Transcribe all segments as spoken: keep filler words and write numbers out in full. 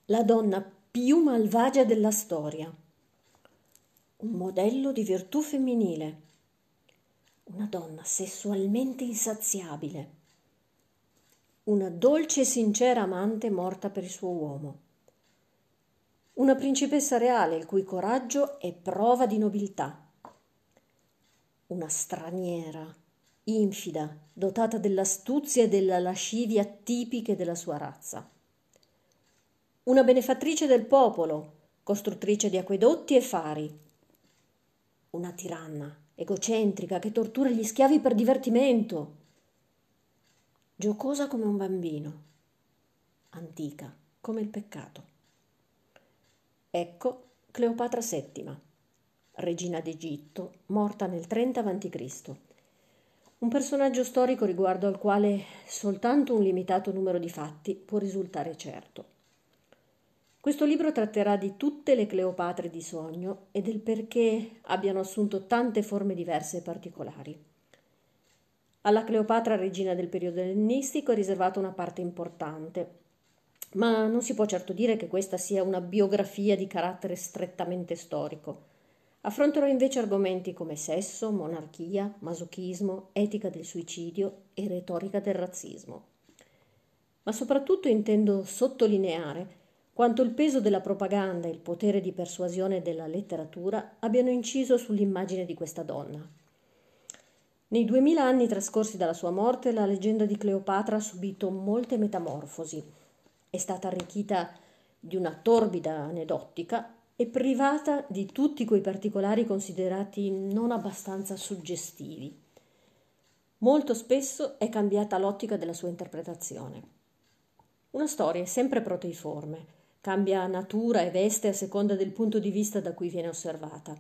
la donna più malvagia della storia, un modello di virtù femminile, una donna sessualmente insaziabile, una dolce e sincera amante morta per il suo uomo, una principessa reale il cui coraggio è prova di nobiltà, una straniera, infida, dotata dell'astuzia e della lascivia tipiche della sua razza, una benefattrice del popolo, costruttrice di acquedotti e fari, una tiranna, egocentrica, che tortura gli schiavi per divertimento, giocosa come un bambino, antica come il peccato. Ecco Cleopatra settima, regina d'Egitto, morta nel trenta avanti Cristo Un personaggio storico riguardo al quale soltanto un limitato numero di fatti può risultare certo. Questo libro tratterà di tutte le Cleopatre di sogno e del perché abbiano assunto tante forme diverse e particolari. Alla Cleopatra, regina del periodo ellenistico, è riservata una parte importante, ma non si può certo dire che questa sia una biografia di carattere strettamente storico. Affronterò invece argomenti come sesso, monarchia, masochismo, etica del suicidio e retorica del razzismo. Ma soprattutto intendo sottolineare quanto il peso della propaganda e il potere di persuasione della letteratura abbiano inciso sull'immagine di questa donna. Nei duemila anni trascorsi dalla sua morte, la leggenda di Cleopatra ha subito molte metamorfosi. È stata arricchita di una torbida aneddotica e privata di tutti quei particolari considerati non abbastanza suggestivi. Molto spesso è cambiata l'ottica della sua interpretazione. Una storia è sempre proteiforme, cambia natura e veste a seconda del punto di vista da cui viene osservata.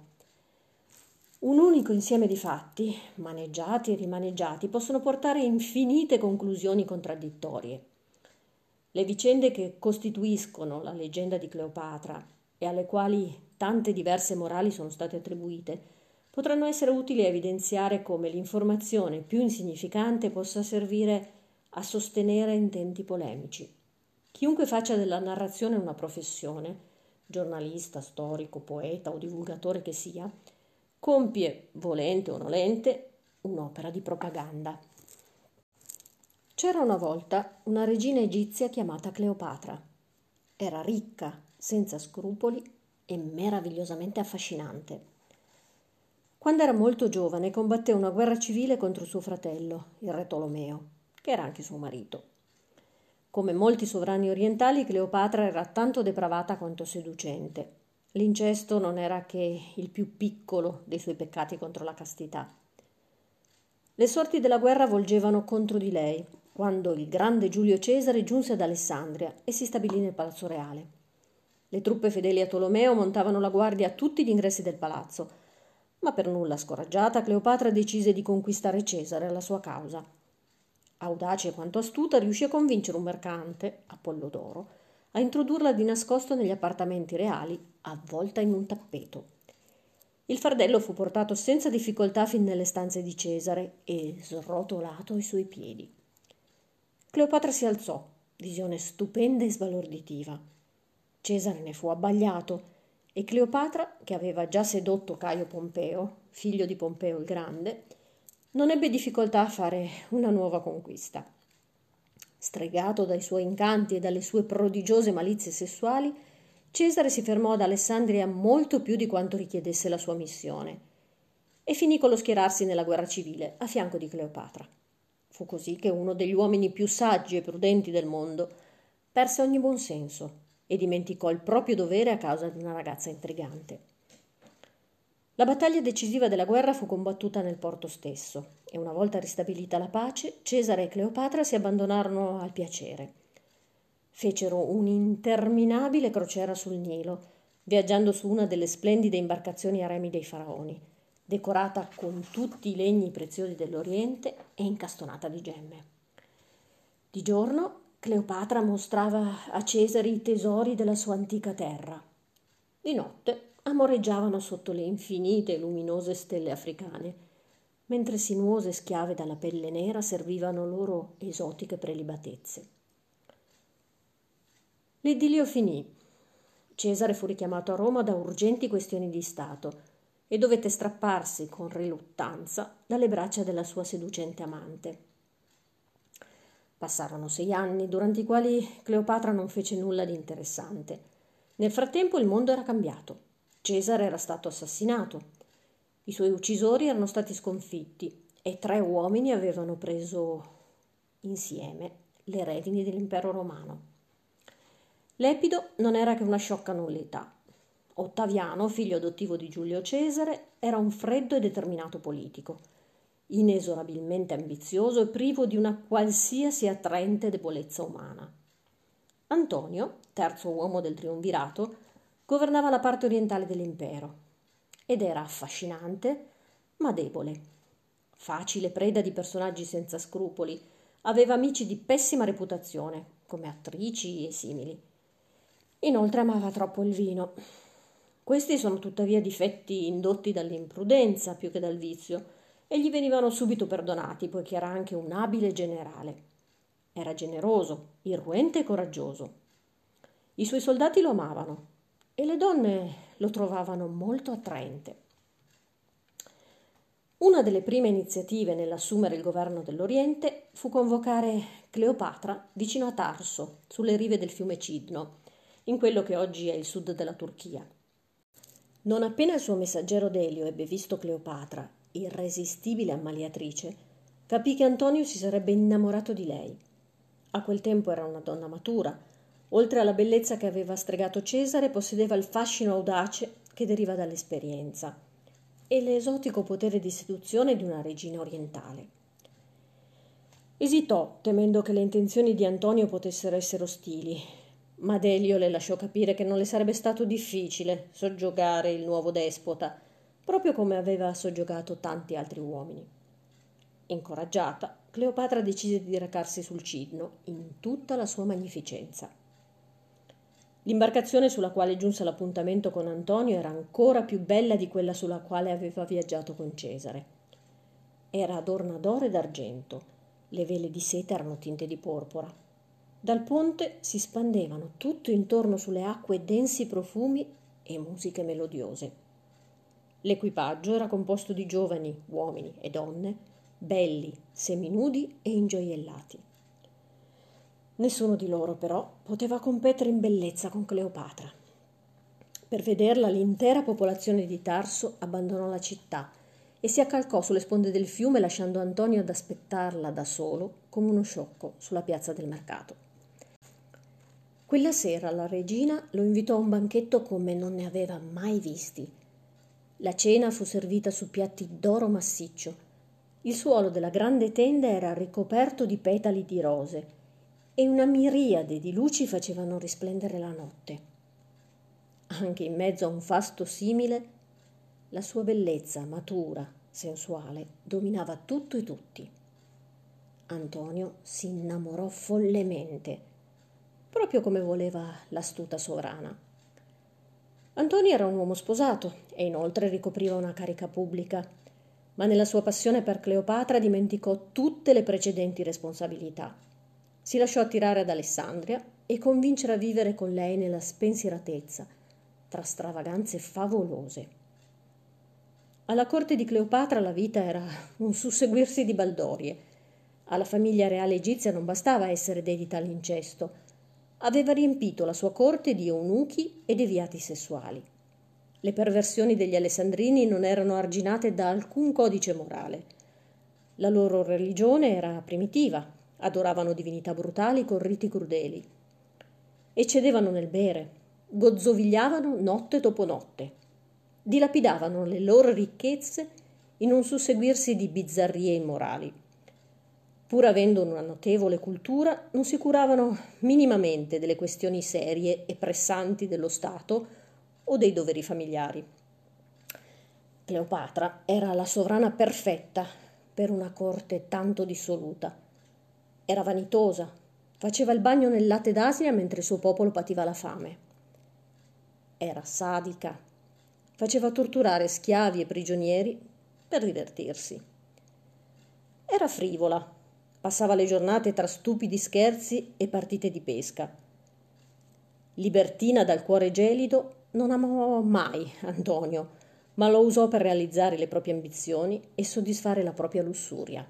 Un unico insieme di fatti, maneggiati e rimaneggiati, possono portare infinite conclusioni contraddittorie. Le vicende che costituiscono la leggenda di Cleopatra e alle quali tante diverse morali sono state attribuite, potranno essere utili a evidenziare come l'informazione più insignificante possa servire a sostenere intenti polemici. Chiunque faccia della narrazione una professione, giornalista, storico, poeta o divulgatore che sia, compie, volente o nolente, un'opera di propaganda. C'era una volta una regina egizia chiamata Cleopatra. Era ricca, senza scrupoli e meravigliosamente affascinante. Quando era molto giovane combatté una guerra civile contro suo fratello, il re Tolomeo, che era anche suo marito. Come molti sovrani orientali, Cleopatra era tanto depravata quanto seducente. L'incesto non era che il più piccolo dei suoi peccati contro la castità. Le sorti della guerra volgevano contro di lei, quando il grande Giulio Cesare giunse ad Alessandria e si stabilì nel palazzo reale. Le truppe fedeli a Tolomeo montavano la guardia a tutti gli ingressi del palazzo, ma per nulla scoraggiata Cleopatra decise di conquistare Cesare alla sua causa. Audace quanto astuta, riuscì a convincere un mercante, Apollodoro, a introdurla di nascosto negli appartamenti reali, avvolta in un tappeto. Il fardello fu portato senza difficoltà fin nelle stanze di Cesare e srotolato ai suoi piedi. Cleopatra si alzò, visione stupenda e sbalorditiva. Cesare ne fu abbagliato e Cleopatra, che aveva già sedotto Caio Pompeo, figlio di Pompeo il Grande, non ebbe difficoltà a fare una nuova conquista. Stregato dai suoi incanti e dalle sue prodigiose malizie sessuali, Cesare si fermò ad Alessandria molto più di quanto richiedesse la sua missione e finì con lo schierarsi nella guerra civile a fianco di Cleopatra. Fu così che uno degli uomini più saggi e prudenti del mondo perse ogni buon senso e dimenticò il proprio dovere a causa di una ragazza intrigante. La battaglia decisiva della guerra fu combattuta nel porto stesso e una volta ristabilita la pace, Cesare e Cleopatra si abbandonarono al piacere. Fecero un'interminabile crociera sul Nilo, viaggiando su una delle splendide imbarcazioni a remi dei faraoni, decorata con tutti i legni preziosi dell'Oriente e incastonata di gemme. Di giorno Cleopatra mostrava a Cesare i tesori della sua antica terra. Di notte amoreggiavano sotto le infinite e luminose stelle africane, mentre sinuose schiave dalla pelle nera servivano loro esotiche prelibatezze. L'idillio finì Cesare fu richiamato a Roma da urgenti questioni di Stato e dovette strapparsi con riluttanza dalle braccia della sua seducente amante. Passarono sei anni, durante i quali Cleopatra non fece nulla di interessante. Nel frattempo il mondo era cambiato. Cesare era stato assassinato. I suoi uccisori erano stati sconfitti e tre uomini avevano preso insieme le redini dell'impero romano. L'Epido non era che una sciocca nullità. Ottaviano, figlio adottivo di Giulio Cesare, era un freddo e determinato politico, inesorabilmente ambizioso e privo di una qualsiasi attraente debolezza umana. Antonio, terzo uomo del triumvirato, governava la parte orientale dell'impero ed era affascinante ma debole. Facile preda di personaggi senza scrupoli, aveva amici di pessima reputazione, come attrici e simili. Inoltre amava troppo il vino. Questi sono tuttavia difetti indotti dall'imprudenza più che dal vizio e gli venivano subito perdonati, poiché era anche un abile generale. Era generoso, irruente e coraggioso. I suoi soldati lo amavano e le donne lo trovavano molto attraente. Una delle prime iniziative nell'assumere il governo dell'Oriente fu convocare Cleopatra vicino a Tarso, sulle rive del fiume Cidno, in quello che oggi è il sud della Turchia. Non appena il suo messaggero Delio ebbe visto Cleopatra, irresistibile ammaliatrice, capì che Antonio si sarebbe innamorato di lei. A quel tempo era una donna matura. Oltre alla bellezza che aveva stregato Cesare, possedeva il fascino audace che deriva dall'esperienza e l'esotico potere di seduzione di una regina orientale. Esitò, temendo che le intenzioni di Antonio potessero essere ostili, ma Delio le lasciò capire che non le sarebbe stato difficile soggiogare il nuovo despota, proprio come aveva soggiogato tanti altri uomini. Incoraggiata, Cleopatra decise di recarsi sul Cidno in tutta la sua magnificenza. L'imbarcazione sulla quale giunse all'appuntamento con Antonio era ancora più bella di quella sulla quale aveva viaggiato con Cesare. Era adorna d'oro e d'argento, le vele di seta erano tinte di porpora. Dal ponte si spandevano tutto intorno sulle acque densi profumi e musiche melodiose. L'equipaggio era composto di giovani, uomini e donne, belli, seminudi e ingioiellati. Nessuno di loro, però, poteva competere in bellezza con Cleopatra. Per vederla, l'intera popolazione di Tarso abbandonò la città e si accalcò sulle sponde del fiume, lasciando Antonio ad aspettarla da solo, come uno sciocco, sulla piazza del mercato. Quella sera la regina lo invitò a un banchetto come non ne aveva mai visti. La cena fu servita su piatti d'oro massiccio. Il suolo della grande tenda era ricoperto di petali di rose e una miriade di luci facevano risplendere la notte. Anche in mezzo a un fasto simile, la sua bellezza matura, sensuale, dominava tutto e tutti. Antonio si innamorò follemente, proprio come voleva l'astuta sovrana. Antonio era un uomo sposato e inoltre ricopriva una carica pubblica, ma nella sua passione per Cleopatra dimenticò tutte le precedenti responsabilità. Si lasciò attirare ad Alessandria e convincere a vivere con lei nella spensieratezza, tra stravaganze favolose. Alla corte di Cleopatra la vita era un susseguirsi di baldorie. Alla famiglia reale egizia non bastava essere dedita all'incesto. Aveva riempito la sua corte di eunuchi e deviati sessuali. Le perversioni degli alessandrini non erano arginate da alcun codice morale. La loro religione era primitiva, adoravano divinità brutali con riti crudeli. Eccedevano nel bere, gozzovigliavano notte dopo notte. Dilapidavano le loro ricchezze in un susseguirsi di bizzarrie immorali. Pur avendo una notevole cultura, non si curavano minimamente delle questioni serie e pressanti dello Stato o dei doveri familiari. Cleopatra era la sovrana perfetta per una corte tanto dissoluta. Era vanitosa, faceva il bagno nel latte d'asina mentre il suo popolo pativa la fame. Era sadica, faceva torturare schiavi e prigionieri per divertirsi. Era frivola, passava le giornate tra stupidi scherzi e partite di pesca. Libertina dal cuore gelido, non amò mai Antonio, ma lo usò per realizzare le proprie ambizioni e soddisfare la propria lussuria.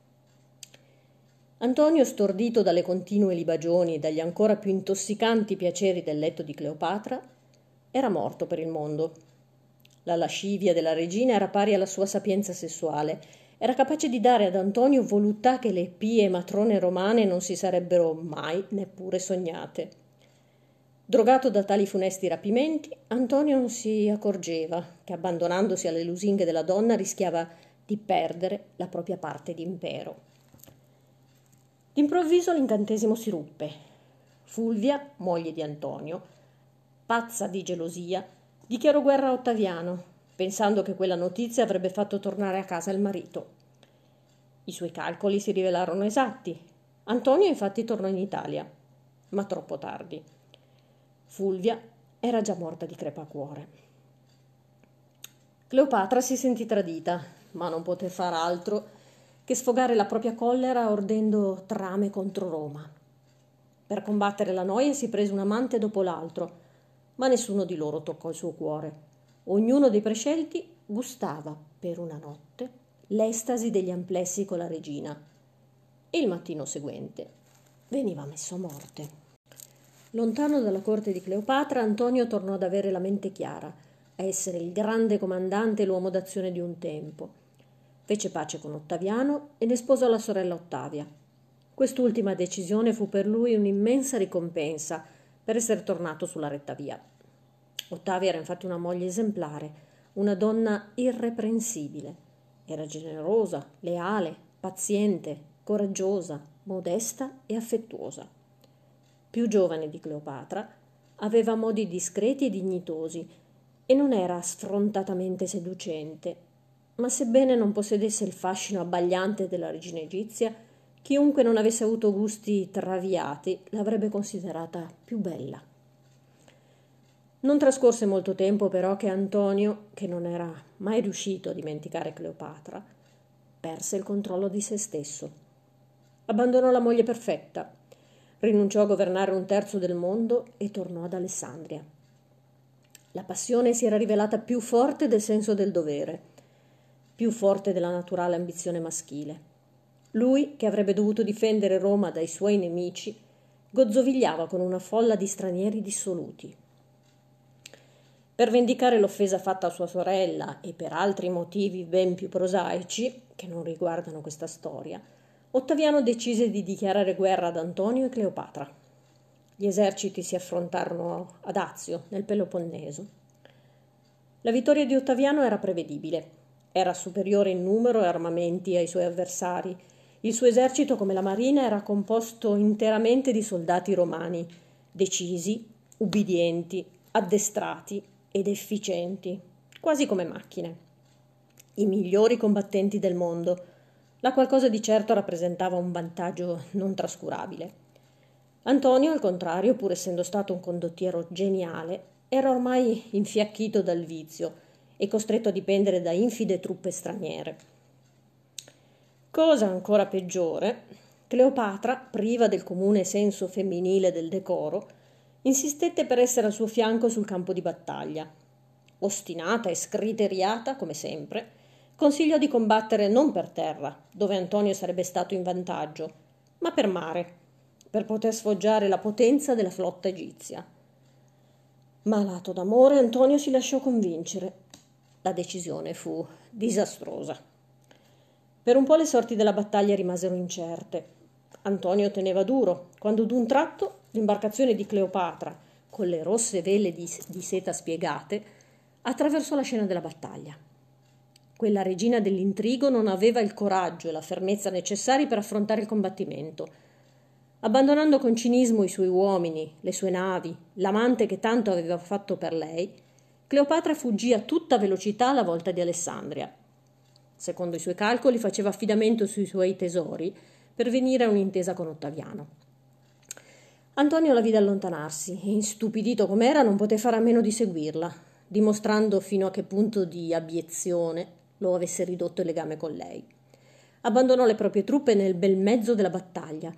Antonio, stordito dalle continue libagioni e dagli ancora più intossicanti piaceri del letto di Cleopatra, era morto per il mondo. La lascivia della regina era pari alla sua sapienza sessuale, era capace di dare ad Antonio voluttà che le pie matrone romane non si sarebbero mai neppure sognate. Drogato da tali funesti rapimenti, Antonio non si accorgeva che, abbandonandosi alle lusinghe della donna, rischiava di perdere la propria parte d'impero. D'improvviso l'incantesimo si ruppe. Fulvia, moglie di Antonio, pazza di gelosia, dichiarò guerra a Ottaviano, pensando che quella notizia avrebbe fatto tornare a casa il marito. I suoi calcoli si rivelarono esatti. Antonio infatti tornò in Italia, ma troppo tardi. Fulvia era già morta di crepacuore. Cleopatra si sentì tradita, ma non poté far altro che sfogare la propria collera ordendo trame contro Roma. Per combattere la noia si prese un amante dopo l'altro, ma nessuno di loro toccò il suo cuore. Ognuno dei prescelti gustava per una notte l'estasi degli amplessi con la regina e il mattino seguente veniva messo a morte. Lontano dalla corte di Cleopatra, Antonio tornò ad avere la mente chiara, a essere il grande comandante e l'uomo d'azione di un tempo. Fece pace con Ottaviano e ne sposò la sorella Ottavia. Quest'ultima decisione fu per lui un'immensa ricompensa per essere tornato sulla retta via. Ottavia era infatti una moglie esemplare, una donna irreprensibile. Era generosa, leale, paziente, coraggiosa, modesta e affettuosa. Più giovane di Cleopatra, aveva modi discreti e dignitosi e non era sfrontatamente seducente, ma sebbene non possedesse il fascino abbagliante della regina egizia, chiunque non avesse avuto gusti traviati l'avrebbe considerata più bella. Non trascorse molto tempo però che Antonio, che non era mai riuscito a dimenticare Cleopatra, perse il controllo di se stesso. Abbandonò la moglie perfetta, rinunciò a governare un terzo del mondo e tornò ad Alessandria. La passione si era rivelata più forte del senso del dovere, più forte della naturale ambizione maschile. Lui, che avrebbe dovuto difendere Roma dai suoi nemici, gozzovigliava con una folla di stranieri dissoluti. Per vendicare l'offesa fatta a sua sorella e per altri motivi ben più prosaici, che non riguardano questa storia, Ottaviano decise di dichiarare guerra ad Antonio e Cleopatra. Gli eserciti si affrontarono ad Azio, nel Peloponneso. La vittoria di Ottaviano era prevedibile. Era superiore in numero e armamenti ai suoi avversari. Il suo esercito, come la marina, era composto interamente di soldati romani, decisi, ubbidienti, addestrati ed efficienti, quasi come macchine. I migliori combattenti del mondo, la qualcosa di certo rappresentava un vantaggio non trascurabile. Antonio, al contrario, pur essendo stato un condottiero geniale, era ormai infiacchito dal vizio e costretto a dipendere da infide truppe straniere. Cosa ancora peggiore, Cleopatra, priva del comune senso femminile del decoro, insistette per essere al suo fianco sul campo di battaglia. Ostinata e scriteriata, come sempre, consigliò di combattere non per terra, dove Antonio sarebbe stato in vantaggio, ma per mare, per poter sfoggiare la potenza della flotta egizia. Malato d'amore, Antonio si lasciò convincere. La decisione fu disastrosa. Per un po' le sorti della battaglia rimasero incerte. Antonio teneva duro, quando d'un tratto l'imbarcazione di Cleopatra, con le rosse vele di, di seta spiegate, attraversò la scena della battaglia. Quella regina dell'intrigo non aveva il coraggio e la fermezza necessari per affrontare il combattimento. Abbandonando con cinismo i suoi uomini, le sue navi, l'amante che tanto aveva fatto per lei, Cleopatra fuggì a tutta velocità alla volta di Alessandria. Secondo i suoi calcoli faceva affidamento sui suoi tesori per venire a un'intesa con Ottaviano. Antonio la vide allontanarsi e, istupidito com'era, non poté fare a meno di seguirla, dimostrando fino a che punto di abiezione lo avesse ridotto il legame con lei. Abbandonò le proprie truppe nel bel mezzo della battaglia.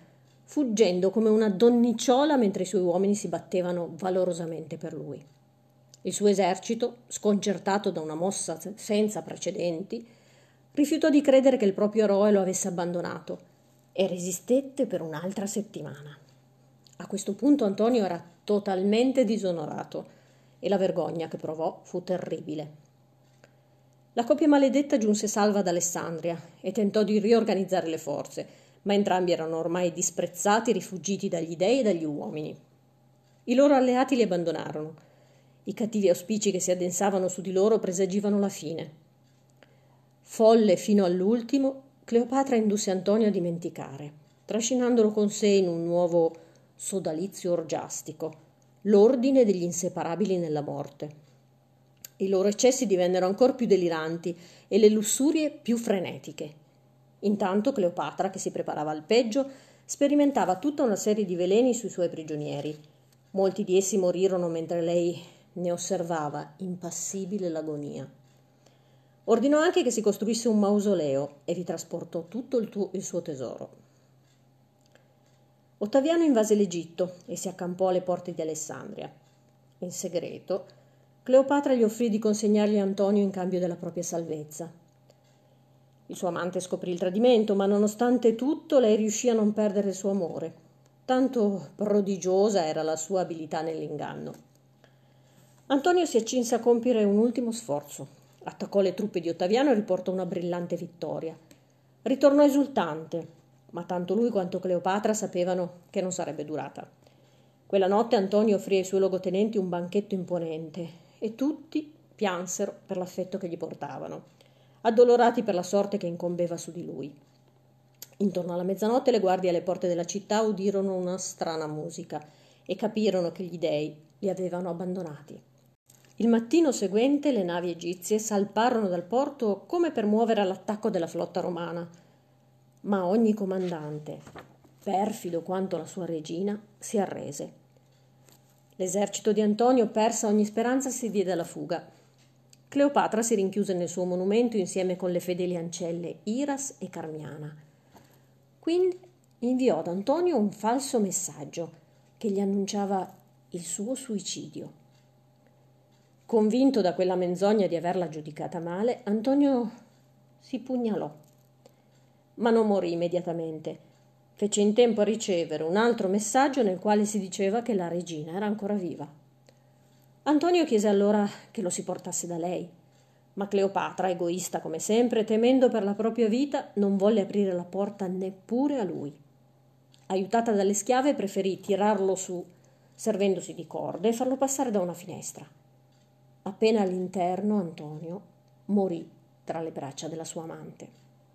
fuggendo come una donnicciola mentre i suoi uomini si battevano valorosamente per lui. Il suo esercito, sconcertato da una mossa senza precedenti, rifiutò di credere che il proprio eroe lo avesse abbandonato e resistette per un'altra settimana. A questo punto Antonio era totalmente disonorato e la vergogna che provò fu terribile. La coppia maledetta giunse salva ad Alessandria e tentò di riorganizzare le forze, ma entrambi erano ormai disprezzati, rifuggiti dagli dei e dagli uomini. I loro alleati li abbandonarono. I cattivi auspici che si addensavano su di loro presagivano la fine. Folle fino all'ultimo, Cleopatra indusse Antonio a dimenticare, trascinandolo con sé in un nuovo sodalizio orgiastico, l'ordine degli inseparabili nella morte. I loro eccessi divennero ancor più deliranti e le lussurie più frenetiche. Intanto Cleopatra, che si preparava al peggio, sperimentava tutta una serie di veleni sui suoi prigionieri. Molti di essi morirono mentre lei ne osservava impassibile l'agonia. Ordinò anche che si costruisse un mausoleo e vi trasportò tutto il, tuo, il suo tesoro. Ottaviano invase l'Egitto e si accampò alle porte di Alessandria. In segreto, Cleopatra gli offrì di consegnargli Antonio in cambio della propria salvezza. Il suo amante scoprì il tradimento, ma nonostante tutto lei riuscì a non perdere il suo amore. Tanto prodigiosa era la sua abilità nell'inganno. Antonio si accinse a compiere un ultimo sforzo. Attaccò le truppe di Ottaviano e riportò una brillante vittoria. Ritornò esultante, ma tanto lui quanto Cleopatra sapevano che non sarebbe durata. Quella notte Antonio offrì ai suoi luogotenenti un banchetto imponente e tutti piansero per l'affetto che gli portavano, addolorati per la sorte che incombeva su di lui. Intorno alla mezzanotte le guardie alle porte della città udirono una strana musica e capirono che gli dei li avevano abbandonati. Il mattino seguente le navi egizie salparono dal porto come per muovere all'attacco della flotta romana, ma ogni comandante, perfido quanto la sua regina, si arrese. L'esercito di Antonio, persa ogni speranza, si diede alla fuga. Cleopatra si rinchiuse nel suo monumento insieme con le fedeli ancelle Iras e Carmiana. Quindi inviò ad Antonio un falso messaggio che gli annunciava il suo suicidio. Convinto da quella menzogna di averla giudicata male, Antonio si pugnalò, ma non morì immediatamente. Fece in tempo a ricevere un altro messaggio nel quale si diceva che la regina era ancora viva. Antonio chiese allora che lo si portasse da lei, ma Cleopatra, egoista come sempre, temendo per la propria vita, non volle aprire la porta neppure a lui. Aiutata dalle schiave, preferì tirarlo su, servendosi di corde, e farlo passare da una finestra. Appena all'interno, Antonio morì tra le braccia della sua amante.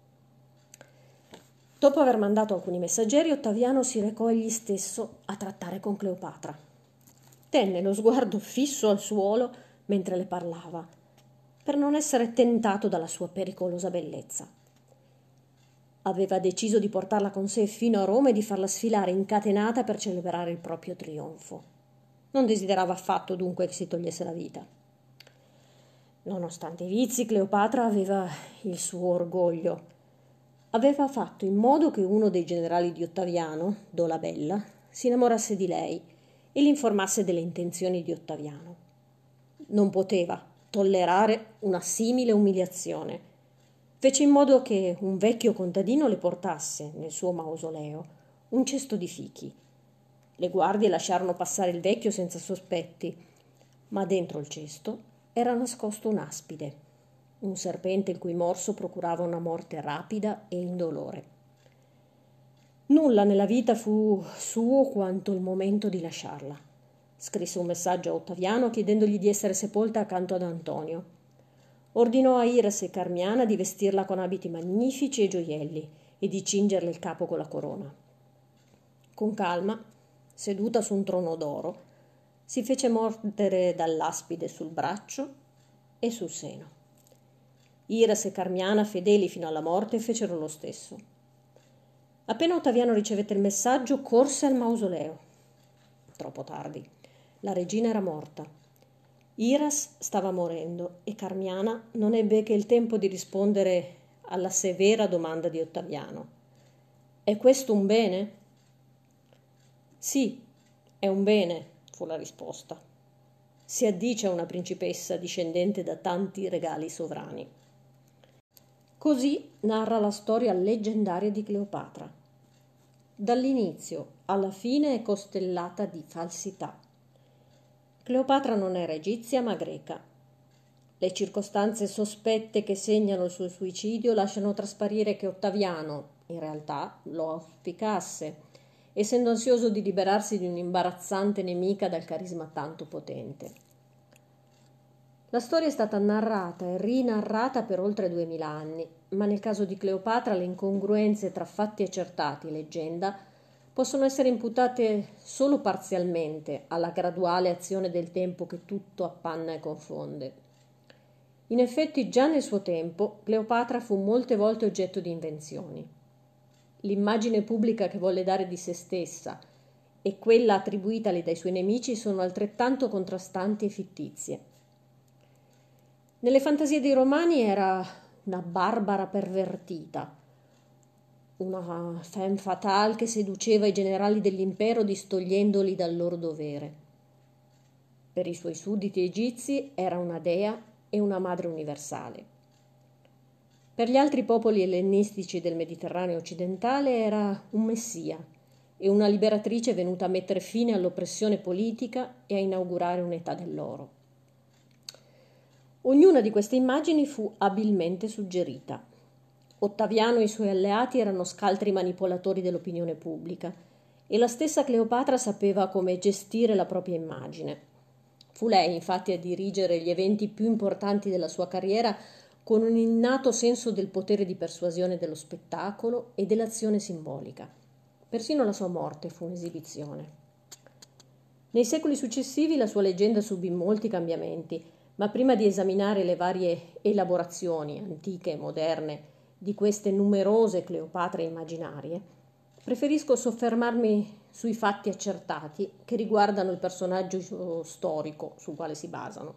Dopo aver mandato alcuni messaggeri, Ottaviano si recò egli stesso a trattare con Cleopatra. Tenne lo sguardo fisso al suolo mentre le parlava, per non essere tentato dalla sua pericolosa bellezza. Aveva deciso di portarla con sé fino a Roma e di farla sfilare incatenata per celebrare il proprio trionfo. Non desiderava affatto dunque che si togliesse la vita. Nonostante i vizi, Cleopatra aveva il suo orgoglio. Aveva fatto in modo che uno dei generali di Ottaviano, Dolabella, si innamorasse di lei e li informasse delle intenzioni di Ottaviano. Non poteva tollerare una simile umiliazione. Fece in modo che un vecchio contadino le portasse nel suo mausoleo un cesto di fichi. Le guardie lasciarono passare il vecchio senza sospetti, ma dentro il cesto era nascosto un aspide, un serpente il cui morso procurava una morte rapida e indolore. Nulla nella vita fu suo quanto il momento di lasciarla. Scrisse un messaggio a Ottaviano chiedendogli di essere sepolta accanto ad Antonio. Ordinò a Iras e Carmiana di vestirla con abiti magnifici e gioielli e di cingerle il capo con la corona. Con calma, seduta su un trono d'oro, si fece mordere dall'aspide sul braccio e sul seno. Iras e Carmiana, fedeli fino alla morte, fecero lo stesso. Appena Ottaviano ricevette il messaggio, corse al mausoleo. Troppo tardi. La regina era morta. Iras stava morendo e Carmiana non ebbe che il tempo di rispondere alla severa domanda di Ottaviano. «È questo un bene?» Sì, è un bene, fu la risposta. Si addice a una principessa discendente da tanti regali sovrani. Così narra la storia leggendaria di Cleopatra. Dall'inizio alla fine è costellata di falsità. Cleopatra non era egizia ma greca. Le circostanze sospette che segnano il suo suicidio lasciano trasparire che Ottaviano, in realtà, lo auspicasse, essendo ansioso di liberarsi di un'imbarazzante nemica dal carisma tanto potente. La storia è stata narrata e rinarrata per oltre duemila anni, ma nel caso di Cleopatra le incongruenze tra fatti accertati e leggenda possono essere imputate solo parzialmente alla graduale azione del tempo che tutto appanna e confonde. In effetti, già nel suo tempo, Cleopatra fu molte volte oggetto di invenzioni. L'immagine pubblica che volle dare di se stessa e quella attribuitale dai suoi nemici sono altrettanto contrastanti e fittizie. Nelle fantasie dei romani era una barbara pervertita, una femme fatale che seduceva i generali dell'impero distogliendoli dal loro dovere. Per i suoi sudditi egizi era una dea e una madre universale. Per gli altri popoli ellenistici del Mediterraneo occidentale era un messia e una liberatrice venuta a mettere fine all'oppressione politica e a inaugurare un'età dell'oro. Ognuna di queste immagini fu abilmente suggerita. Ottaviano e i suoi alleati erano scaltri manipolatori dell'opinione pubblica e la stessa Cleopatra sapeva come gestire la propria immagine. Fu lei, infatti, a dirigere gli eventi più importanti della sua carriera con un innato senso del potere di persuasione dello spettacolo e dell'azione simbolica. Persino la sua morte fu un'esibizione. Nei secoli successivi la sua leggenda subì molti cambiamenti, ma prima di esaminare le varie elaborazioni, antiche e moderne, di queste numerose Cleopatre immaginarie, preferisco soffermarmi sui fatti accertati che riguardano il personaggio storico sul quale si basano.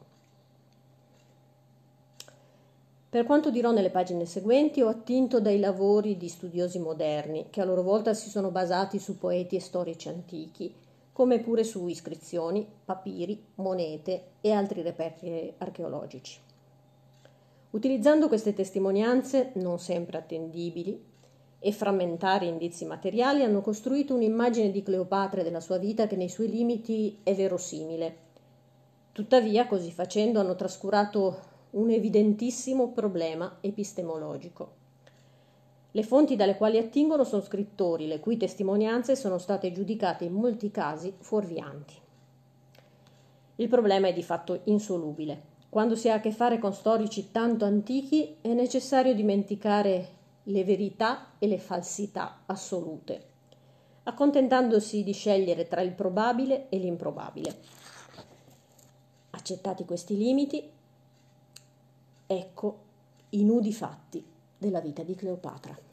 Per quanto dirò nelle pagine seguenti, ho attinto dai lavori di studiosi moderni, che a loro volta si sono basati su poeti e storici antichi, come pure su iscrizioni, papiri, monete e altri reperti archeologici. Utilizzando queste testimonianze, non sempre attendibili, e frammentari indizi materiali hanno costruito un'immagine di Cleopatra e della sua vita che nei suoi limiti è verosimile. Tuttavia, così facendo, hanno trascurato un evidentissimo problema epistemologico. Le fonti dalle quali attingono sono scrittori, le cui testimonianze sono state giudicate in molti casi fuorvianti. Il problema è di fatto insolubile. Quando si ha a che fare con storici tanto antichi, è necessario dimenticare le verità e le falsità assolute, accontentandosi di scegliere tra il probabile e l'improbabile. Accettati questi limiti, ecco i nudi fatti della vita di Cleopatra.